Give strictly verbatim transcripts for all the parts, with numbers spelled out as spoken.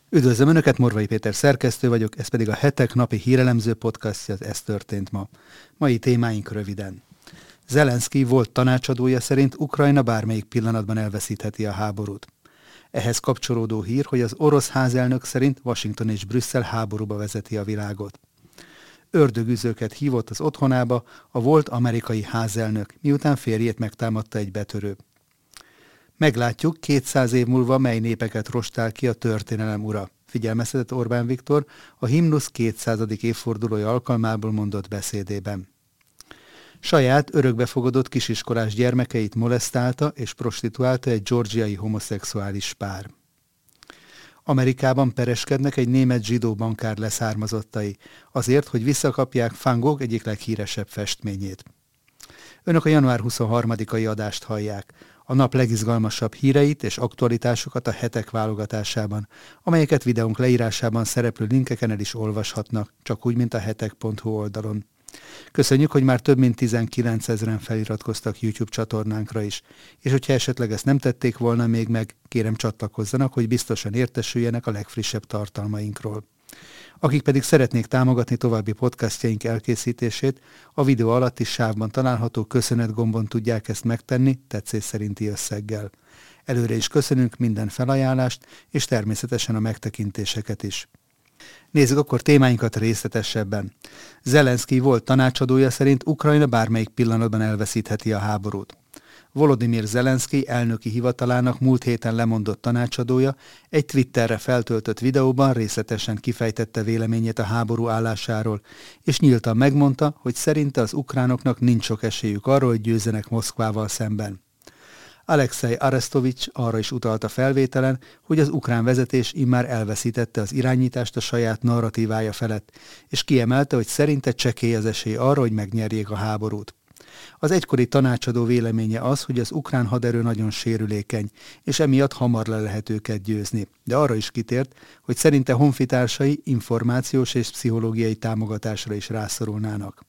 Üdvözlöm Önöket, Morvai Péter szerkesztő vagyok, ez pedig a Hetek napi hírelemző podcastja, az Ez történt ma. Mai témáink röviden. Zelenszky volt tanácsadója szerint Ukrajna bármelyik pillanatban elveszítheti a háborút. Ehhez kapcsolódó hír, hogy az orosz házelnök szerint Washington és Brüsszel háborúba vezeti a világot. Ördögüzőket hívott az otthonába a volt amerikai házelnök, miután férjét megtámadta egy betörő. Meglátjuk, kétszáz év múlva mely népeket rostál ki a történelem ura, figyelmeztetett Orbán Viktor a himnusz kétszázadik évfordulója alkalmából mondott beszédében. Saját örökbefogadott kisiskolás gyermekeit molesztálta és prostituálta egy georgiai homoszexuális pár. Amerikában pereskednek egy német zsidó bankár leszármazottai, azért, hogy visszakapják Van Gogh egyik leghíresebb festményét. Önök a január huszonharmadikai adást hallják, a nap legizgalmasabb híreit és aktualitásokat a Hetek válogatásában, amelyeket videónk leírásában szereplő linkeken el is olvashatnak, csak úgy, mint a hetek pont hu oldalon. Köszönjük, hogy már több mint tizenkilencezren feliratkoztak YouTube csatornánkra is, és hogyha esetleg ezt nem tették volna még meg, kérem csatlakozzanak, hogy biztosan értesüljenek a legfrissebb tartalmainkról. Akik pedig szeretnék támogatni további podcastjaink elkészítését, a videó alatti sávban található köszönet gombon tudják ezt megtenni tetszés szerinti összeggel. Előre is köszönünk minden felajánlást, és természetesen a megtekintéseket is. Nézzük akkor témáinkat részletesebben. Zelenszky volt tanácsadója szerint Ukrajna bármelyik pillanatban elveszítheti a háborút. Volodymyr Zelenszky elnöki hivatalának múlt héten lemondott tanácsadója egy Twitterre feltöltött videóban részletesen kifejtette véleményét a háború állásáról, és nyíltan megmondta, hogy szerinte az ukránoknak nincs sok esélyük arra, hogy győzzenek Moszkvával szemben. Alexei Arestovics arra is utalt a felvételen, hogy az ukrán vezetés immár elveszítette az irányítást a saját narratívája felett, és kiemelte, hogy szerinte csekély az esély arra, hogy megnyerjék a háborút. Az egykori tanácsadó véleménye az, hogy az ukrán haderő nagyon sérülékeny, és emiatt hamar le lehet őket győzni, de arra is kitért, hogy szerinte honfitársai információs és pszichológiai támogatásra is rászorulnának.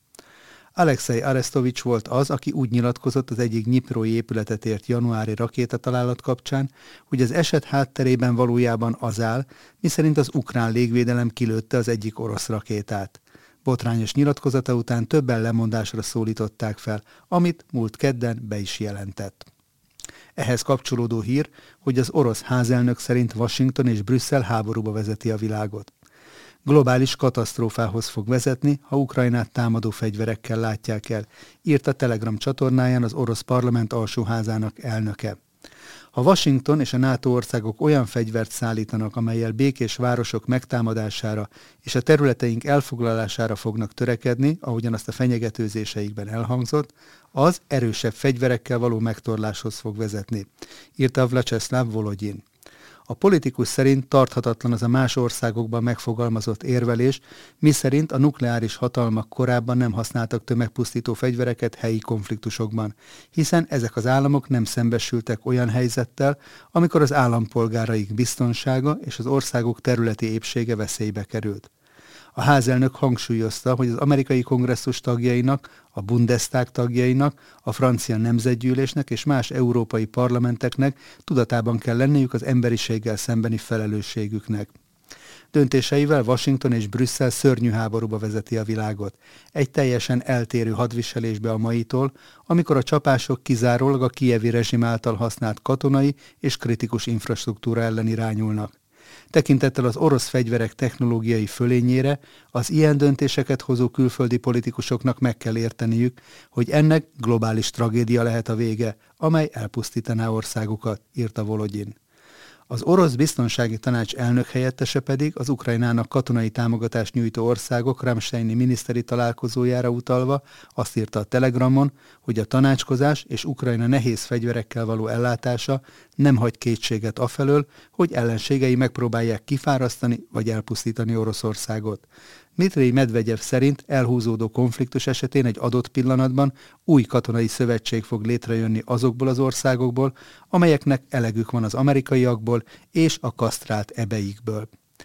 Alexei Arestovics volt az, aki úgy nyilatkozott az egyik nyiprói épületet ért januári rakétatalálat kapcsán, hogy az eset hátterében valójában az áll, miszerint az ukrán légvédelem kilőtte az egyik orosz rakétát. Botrányos nyilatkozata után többen lemondásra szólították fel, amit múlt kedden be is jelentett. Ehhez kapcsolódó hír, hogy az orosz házelnök szerint Washington és Brüsszel háborúba vezeti a világot. Globális katasztrófához fog vezetni, ha Ukrajnát támadó fegyverekkel látják el, írt a Telegram csatornáján az orosz parlament alsóházának elnöke. Ha Washington és a NATO országok olyan fegyvert szállítanak, amellyel békés városok megtámadására és a területeink elfoglalására fognak törekedni, ahogyan azt a fenyegetőzéseikben elhangzott, az erősebb fegyverekkel való megtorláshoz fog vezetni, írta Vyacheslav Volodyin. A politikus szerint tarthatatlan az a más országokban megfogalmazott érvelés, miszerint a nukleáris hatalmak korábban nem használtak tömegpusztító fegyvereket helyi konfliktusokban, hiszen ezek az államok nem szembesültek olyan helyzettel, amikor az állampolgáraik biztonsága és az országok területi épsége veszélybe került. A házelnök hangsúlyozta, hogy az amerikai kongresszus tagjainak, a Bundestag tagjainak, a francia nemzetgyűlésnek és más európai parlamenteknek tudatában kell lenniük az emberiséggel szembeni felelősségüknek. Döntéseivel Washington és Brüsszel szörnyű háborúba vezeti a világot, egy teljesen eltérő hadviselésbe a maitól, amikor a csapások kizárólag a kijevi rezsim által használt katonai és kritikus infrastruktúra ellen irányulnak. Tekintettel az orosz fegyverek technológiai fölényére, az ilyen döntéseket hozó külföldi politikusoknak meg kell érteniük, hogy ennek globális tragédia lehet a vége, amely elpusztítaná országukat, írta Volodyin. Az orosz biztonsági tanács elnök helyettese pedig az Ukrajnának katonai támogatást nyújtó országok Ramsteini miniszteri találkozójára utalva azt írta a Telegramon, hogy a tanácskozás és Ukrajna nehéz fegyverekkel való ellátása nem hagy kétséget afelől, hogy ellenségei megpróbálják kifárasztani vagy elpusztítani Oroszországot. Dmitrij Medvegyev szerint elhúzódó konfliktus esetén egy adott pillanatban új katonai szövetség fog létrejönni azokból az országokból, amelyeknek elegük van az amerikaiakból és a kasztrált ebeikből.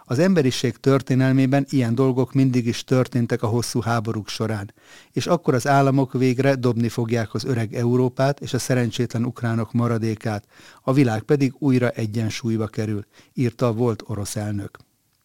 Az emberiség történelmében ilyen dolgok mindig is történtek a hosszú háborúk során, és akkor az államok végre dobni fogják az öreg Európát és a szerencsétlen ukránok maradékát, a világ pedig újra egyensúlyba kerül, írta a volt orosz elnök.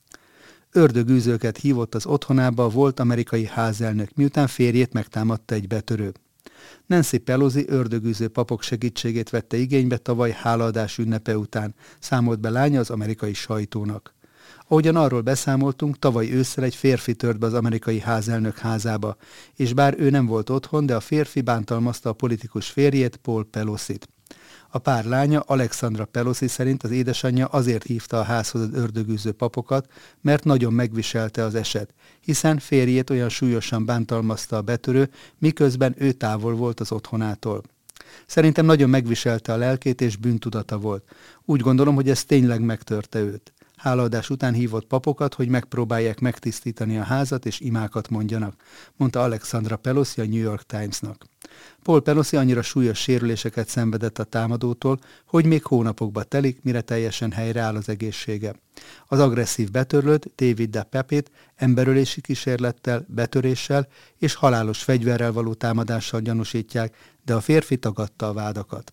Ördögűzőket hívott az otthonába a volt amerikai házelnök, miután férjét megtámadta egy betörő. Nancy Pelosi ördögűző papok segítségét vette igénybe tavaly hálaadás ünnepe után, számolt be lánya az amerikai sajtónak. Ahogyan arról beszámoltunk, tavaly ősszel egy férfi tört be az amerikai házelnök házába, és bár ő nem volt otthon, de a férfi bántalmazta a politikus férjét, Paul Pelosit. A pár lánya, Alexandra Pelosi szerint az édesanyja azért hívta a házhoz az ördögűző papokat, mert nagyon megviselte az eset, hiszen férjét olyan súlyosan bántalmazta a betörő, miközben ő távol volt az otthonától. Szerintem nagyon megviselte a lelkét és bűntudata volt. Úgy gondolom, hogy ez tényleg megtörte őt. Hálaadás után hívott papokat, hogy megpróbálják megtisztítani a házat és imákat mondjanak, mondta Alexandra Pelosi a New York Timesnak. Paul Pelosi annyira súlyos sérüléseket szenvedett a támadótól, hogy még hónapokba telik, mire teljesen helyreáll az egészsége. Az agresszív betörlőt, David DePapit emberölési kísérlettel, betöréssel és halálos fegyverrel való támadással gyanúsítják, de a férfi tagadta a vádakat.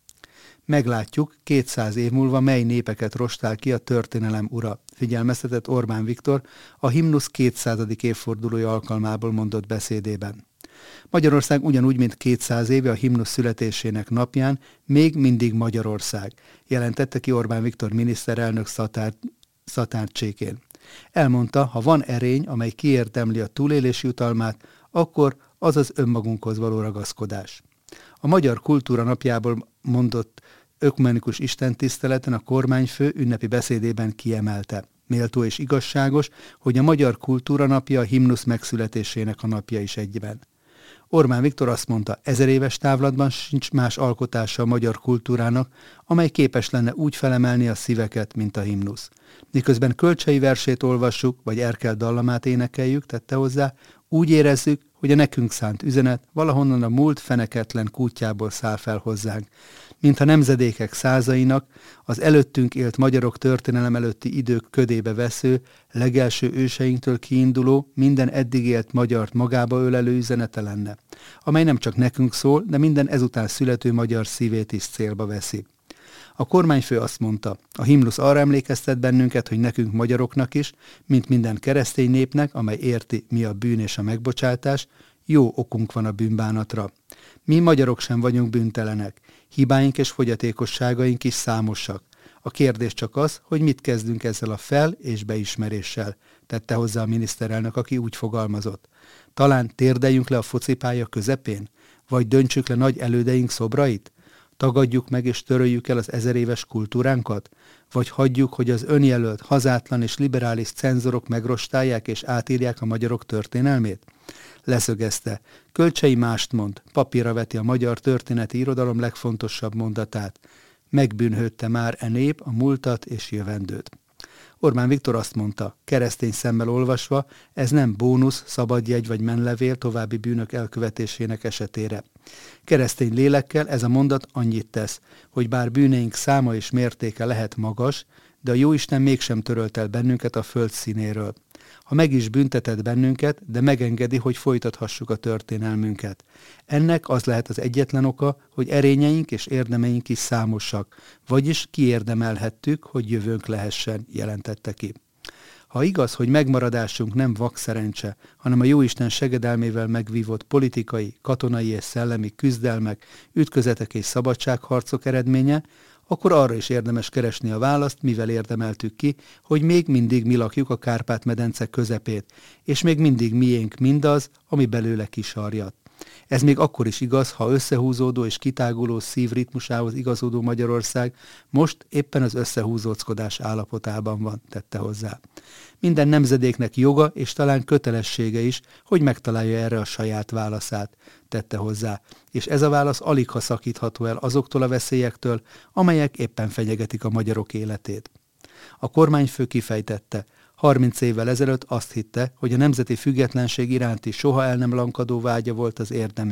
Meglátjuk, kétszáz év múlva mely népeket rostál ki a történelem ura, figyelmeztetett Orbán Viktor a himnusz kétszázadik évfordulója alkalmából mondott beszédében. Magyarország ugyanúgy, mint kétszáz éve a himnusz születésének napján még mindig Magyarország, jelentette ki Orbán Viktor miniszterelnök szatár, szatárcsékén. Elmondta, ha van erény, amely kiérdemli a túlélési jutalmát, akkor az az önmagunkhoz való ragaszkodás. A Magyar Kultúra Napjából mondott ökumenikus istentiszteleten a kormányfő ünnepi beszédében kiemelte. Méltó és igazságos, hogy a Magyar Kultúra Napja a himnusz megszületésének a napja is egyben. Orbán Viktor azt mondta, ezer éves távlatban sincs más alkotása a magyar kultúrának, amely képes lenne úgy felemelni a szíveket, mint a himnusz. Miközben Kölcsei versét olvassuk, vagy Erkel dallamát énekeljük, tette hozzá, úgy érezzük, hogy a nekünk szánt üzenet valahonnan a múlt feneketlen kútjából száll fel hozzánk, mintha nemzedékek százainak, az előttünk élt magyarok történelem előtti idők ködébe vesző, legelső őseinktől kiinduló, minden eddig élt magyart magába ölelő üzenete lenne, amely nem csak nekünk szól, de minden ezután születő magyar szívét is célba veszi. A kormányfő azt mondta, a himnusz arra emlékeztet bennünket, hogy nekünk magyaroknak is, mint minden keresztény népnek, amely érti, mi a bűn és a megbocsátás, jó okunk van a bűnbánatra. Mi magyarok sem vagyunk bűntelenek, hibáink és fogyatékosságaink is számosak. A kérdés csak az, hogy mit kezdünk ezzel a fel- és beismeréssel, tette hozzá a miniszterelnök, aki úgy fogalmazott. Talán térdeljünk le a focipálya közepén? Vagy döntsük le nagy elődeink szobrait? Tagadjuk meg és töröljük el az ezeréves kultúránkat? Vagy hagyjuk, hogy az önjelölt, hazátlan és liberális cenzorok megrostálják és átírják a magyarok történelmét? Leszögezte. Kölcsei mást mond, papírra veti a magyar történeti irodalom legfontosabb mondatát. Megbűnhődte már e nép a múltat és jövendőt. Orbán Viktor azt mondta, keresztény szemmel olvasva, ez nem bónusz, szabadjegy vagy menlevél további bűnök elkövetésének esetére. Keresztény lélekkel ez a mondat annyit tesz, hogy bár bűneink száma és mértéke lehet magas, de a Jóisten mégsem törölt el bennünket a föld színéről. Ha meg is büntetett bennünket, de megengedi, hogy folytathassuk a történelmünket. Ennek az lehet az egyetlen oka, hogy erényeink és érdemeink is számosak, vagyis kiérdemelhettük, hogy jövőnk lehessen, jelentette ki. Ha igaz, hogy megmaradásunk nem vakszerencse, hanem a Jóisten segedelmével megvívott politikai, katonai és szellemi küzdelmek, ütközetek és szabadságharcok eredménye, akkor arra is érdemes keresni a választ, mivel érdemeltük ki, hogy még mindig mi lakjuk a Kárpát-medence közepét, és még mindig miénk mindaz, ami belőle kisarjat. Ez még akkor is igaz, ha összehúzódó és kitáguló szívritmusához igazodó Magyarország most éppen az összehúzóckodás állapotában van, tette hozzá. Minden nemzedéknek joga és talán kötelessége is, hogy megtalálja erre a saját válaszát, tette hozzá, és ez a válasz aligha szakítható el azoktól a veszélyektől, amelyek éppen fenyegetik a magyarok életét. A kormányfő kifejtette, harminc évvel ezelőtt azt hitte, hogy a nemzeti függetlenség iránti soha el nem lankadó vágya volt az érdemünk.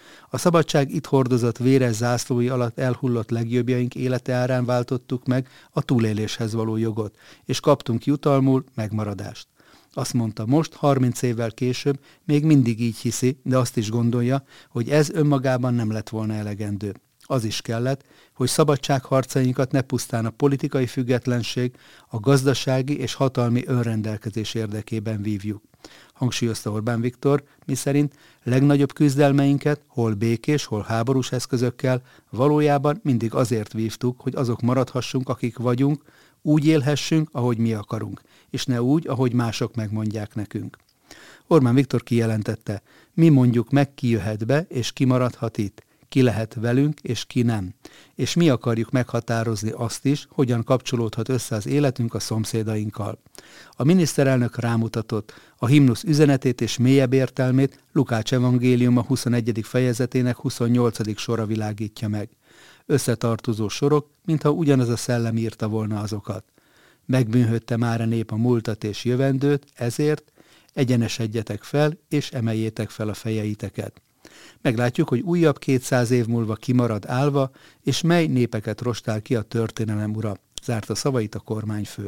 A szabadság itt hordozott véres zászlói alatt elhullott legjobbjaink élete árán váltottuk meg a túléléshez való jogot, és kaptunk jutalmul megmaradást. Azt mondta, most, harminc évvel később még mindig így hiszi, de azt is gondolja, hogy ez önmagában nem lett volna elegendő. Az is kellett, hogy szabadságharcainkat ne pusztán a politikai függetlenség, a gazdasági és hatalmi önrendelkezés érdekében vívjuk. Hangsúlyozta Orbán Viktor, miszerint legnagyobb küzdelmeinket, hol békés, hol háborús eszközökkel, valójában mindig azért vívtuk, hogy azok maradhassunk, akik vagyunk, úgy élhessünk, ahogy mi akarunk, és ne úgy, ahogy mások megmondják nekünk. Orbán Viktor kijelentette, mi mondjuk meg, ki jöhet be, és ki maradhat itt, ki lehet velünk, és ki nem. És mi akarjuk meghatározni azt is, hogyan kapcsolódhat össze az életünk a szomszédainkkal. A miniszterelnök rámutatott, a himnusz üzenetét és mélyebb értelmét Lukács evangéliuma huszonegyedik fejezetének huszonnyolcadik sora világítja meg. Összetartozó sorok, mintha ugyanaz a szellem írta volna azokat. Megbűnhödte már a nép a múltat és jövendőt, ezért egyenesedjetek fel, és emeljétek fel a fejeiteket. Meglátjuk, hogy újabb kétszáz év múlva kimarad állva, és mely népeket rostál ki a történelem ura, zárta szavait a kormányfő.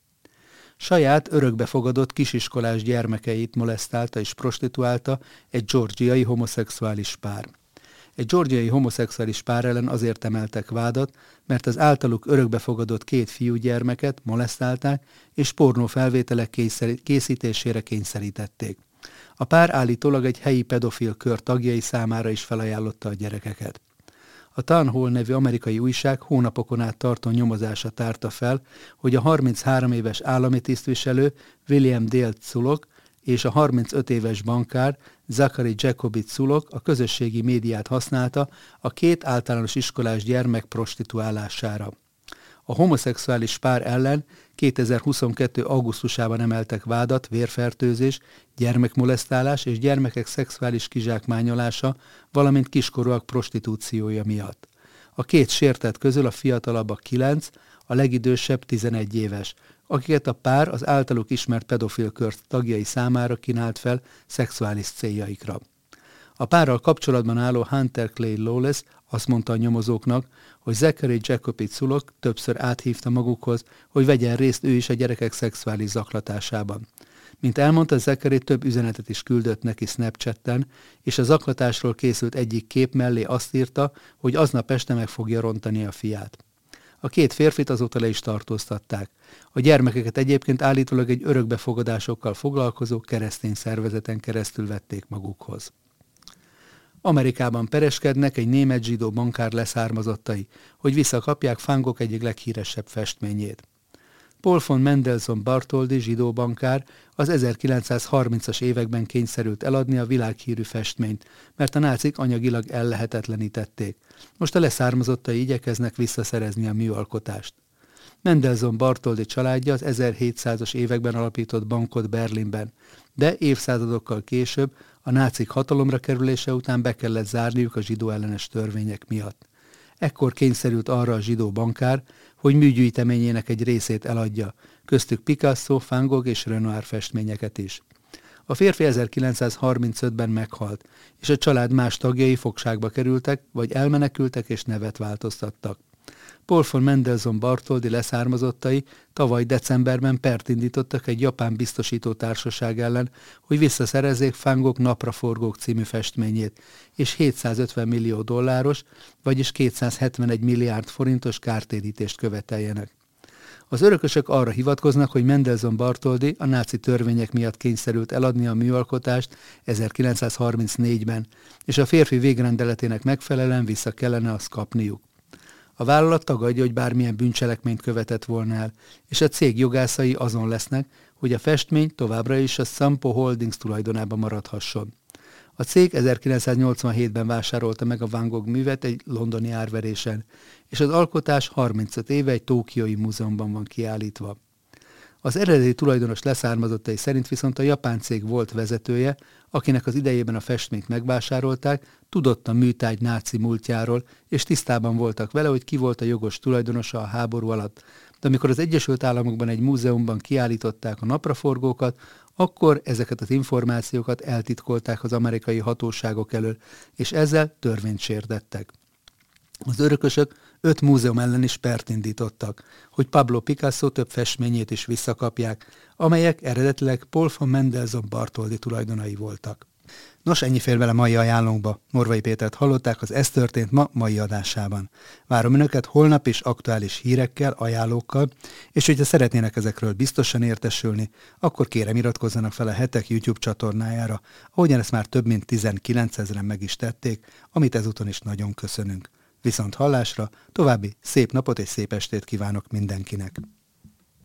Saját örökbefogadott kisiskolás gyermekeit molesztálta és prostituálta egy georgiai homoszexuális pár. Egy georgiai homoszexuális pár ellen azért emeltek vádat, mert az általuk örökbefogadott két fiúgyermeket molesztálták és pornófelvételek készítésére kényszerítették. A pár állítólag egy helyi pedofil kör tagjai számára is felajánlotta a gyerekeket. A Town Hall nevű amerikai újság hónapokon át tartó nyomozása tárta fel, hogy a harminchárom éves állami tisztviselő William Dale Culloch és a harmincöt éves bankár Zachary Jacobi Culloch a közösségi médiát használta a két általános iskolás gyermek prostituálására. A homoszexuális pár ellen kétezer-huszonkettő. augusztusában emeltek vádat vérfertőzés, gyermekmolesztálás és gyermekek szexuális kizsákmányolása, valamint kiskorúak prostitúciója miatt. A két sértett közül a fiatalabb a kilenc, a legidősebb tizenegy éves, akiket a pár az általuk ismert pedofil kör tagjai számára kínált fel szexuális céljaikra. A párral kapcsolatban álló Hunter Clay Lawless azt mondta a nyomozóknak, hogy Zachary Jacobi Culloch többször áthívta magukhoz, hogy vegyen részt ő is a gyerekek szexuális zaklatásában. Mint elmondta, Zachary több üzenetet is küldött neki Snapchatten, és a zaklatásról készült egyik kép mellé azt írta, hogy aznap este meg fogja rontani a fiát. A két férfit azóta le is tartóztatták. A gyermekeket egyébként állítólag egy örökbefogadásokkal foglalkozó keresztény szervezeten keresztül vették magukhoz. Amerikában pereskednek egy német zsidó bankár leszármazottai, hogy visszakapják Van Gogh egyik leghíresebb festményét. Paul von Mendelssohn Bartholdy zsidó bankár az ezerkilencszázharmincas években kényszerült eladni a világhírű festményt, mert a nácik anyagilag ellehetetlenítették. Most a leszármazottai igyekeznek visszaszerezni a műalkotást. Mendelssohn Bartholdy családja az ezerhétszázas években alapított bankot Berlinben, de évszázadokkal később a nácik hatalomra kerülése után be kellett zárniuk a zsidó ellenes törvények miatt. Ekkor kényszerült arra a zsidó bankár, hogy műgyűjteményének egy részét eladja, köztük Picasso, Van Gogh és Renoir festményeket is. A férfi ezerkilencszázharmincötben meghalt, és a család más tagjai fogságba kerültek, vagy elmenekültek és nevet változtattak. Paul von Mendelssohn Bartholdy leszármazottai tavaly decemberben pert indítottak egy japán biztosító társaság ellen, hogy visszaszerezzék Van Gogh Napraforgók című festményét, és hétszázötven millió dolláros, vagyis kétszázhetvenegy milliárd forintos kártérítést követeljenek. Az örökösök arra hivatkoznak, hogy Mendelssohn Bartholdy a náci törvények miatt kényszerült eladni a műalkotást ezerkilencszázharmincnégyben, és a férfi végrendeletének megfelelően vissza kellene azt kapniuk. A vállalat tagadja, hogy bármilyen bűncselekményt követett volna el, és a cég jogászai azon lesznek, hogy a festmény továbbra is a Sampo Holdings tulajdonában maradhasson. A cég ezerkilencszáznyolcvanhétben vásárolta meg a Van Gogh művet egy londoni árverésen, és az alkotás harmincöt éve egy tokiói múzeumban van kiállítva. Az eredeti tulajdonos leszármazottai szerint viszont a japán cég volt vezetője, akinek az idejében a festményt megvásárolták, tudott a műtárgy náci múltjáról, és tisztában voltak vele, hogy ki volt a jogos tulajdonosa a háború alatt. De amikor az Egyesült Államokban egy múzeumban kiállították a napraforgókat, Akkor ezeket az információkat eltitkolták az amerikai hatóságok elől, és ezzel törvényt sértettek. Az örökösök öt múzeum ellen is pert indítottak, hogy Pablo Picasso több festményét is visszakapják, amelyek eredetileg Paul von Mendelssohn Bartholdy tulajdonai voltak. Nos, ennyi fér bele mai ajánlónkba. Morvai Pétert hallották az Ez történt ma mai adásában. Várom önöket holnap is aktuális hírekkel, ajánlókkal, és hogyha szeretnének ezekről biztosan értesülni, akkor kérem iratkozzanak fel a Hetek YouTube csatornájára, ahogyan ezt már több mint tizenkilencezren meg is tették, amit ezúton is nagyon köszönünk. Viszont hallásra, további szép napot és szép estét kívánok mindenkinek!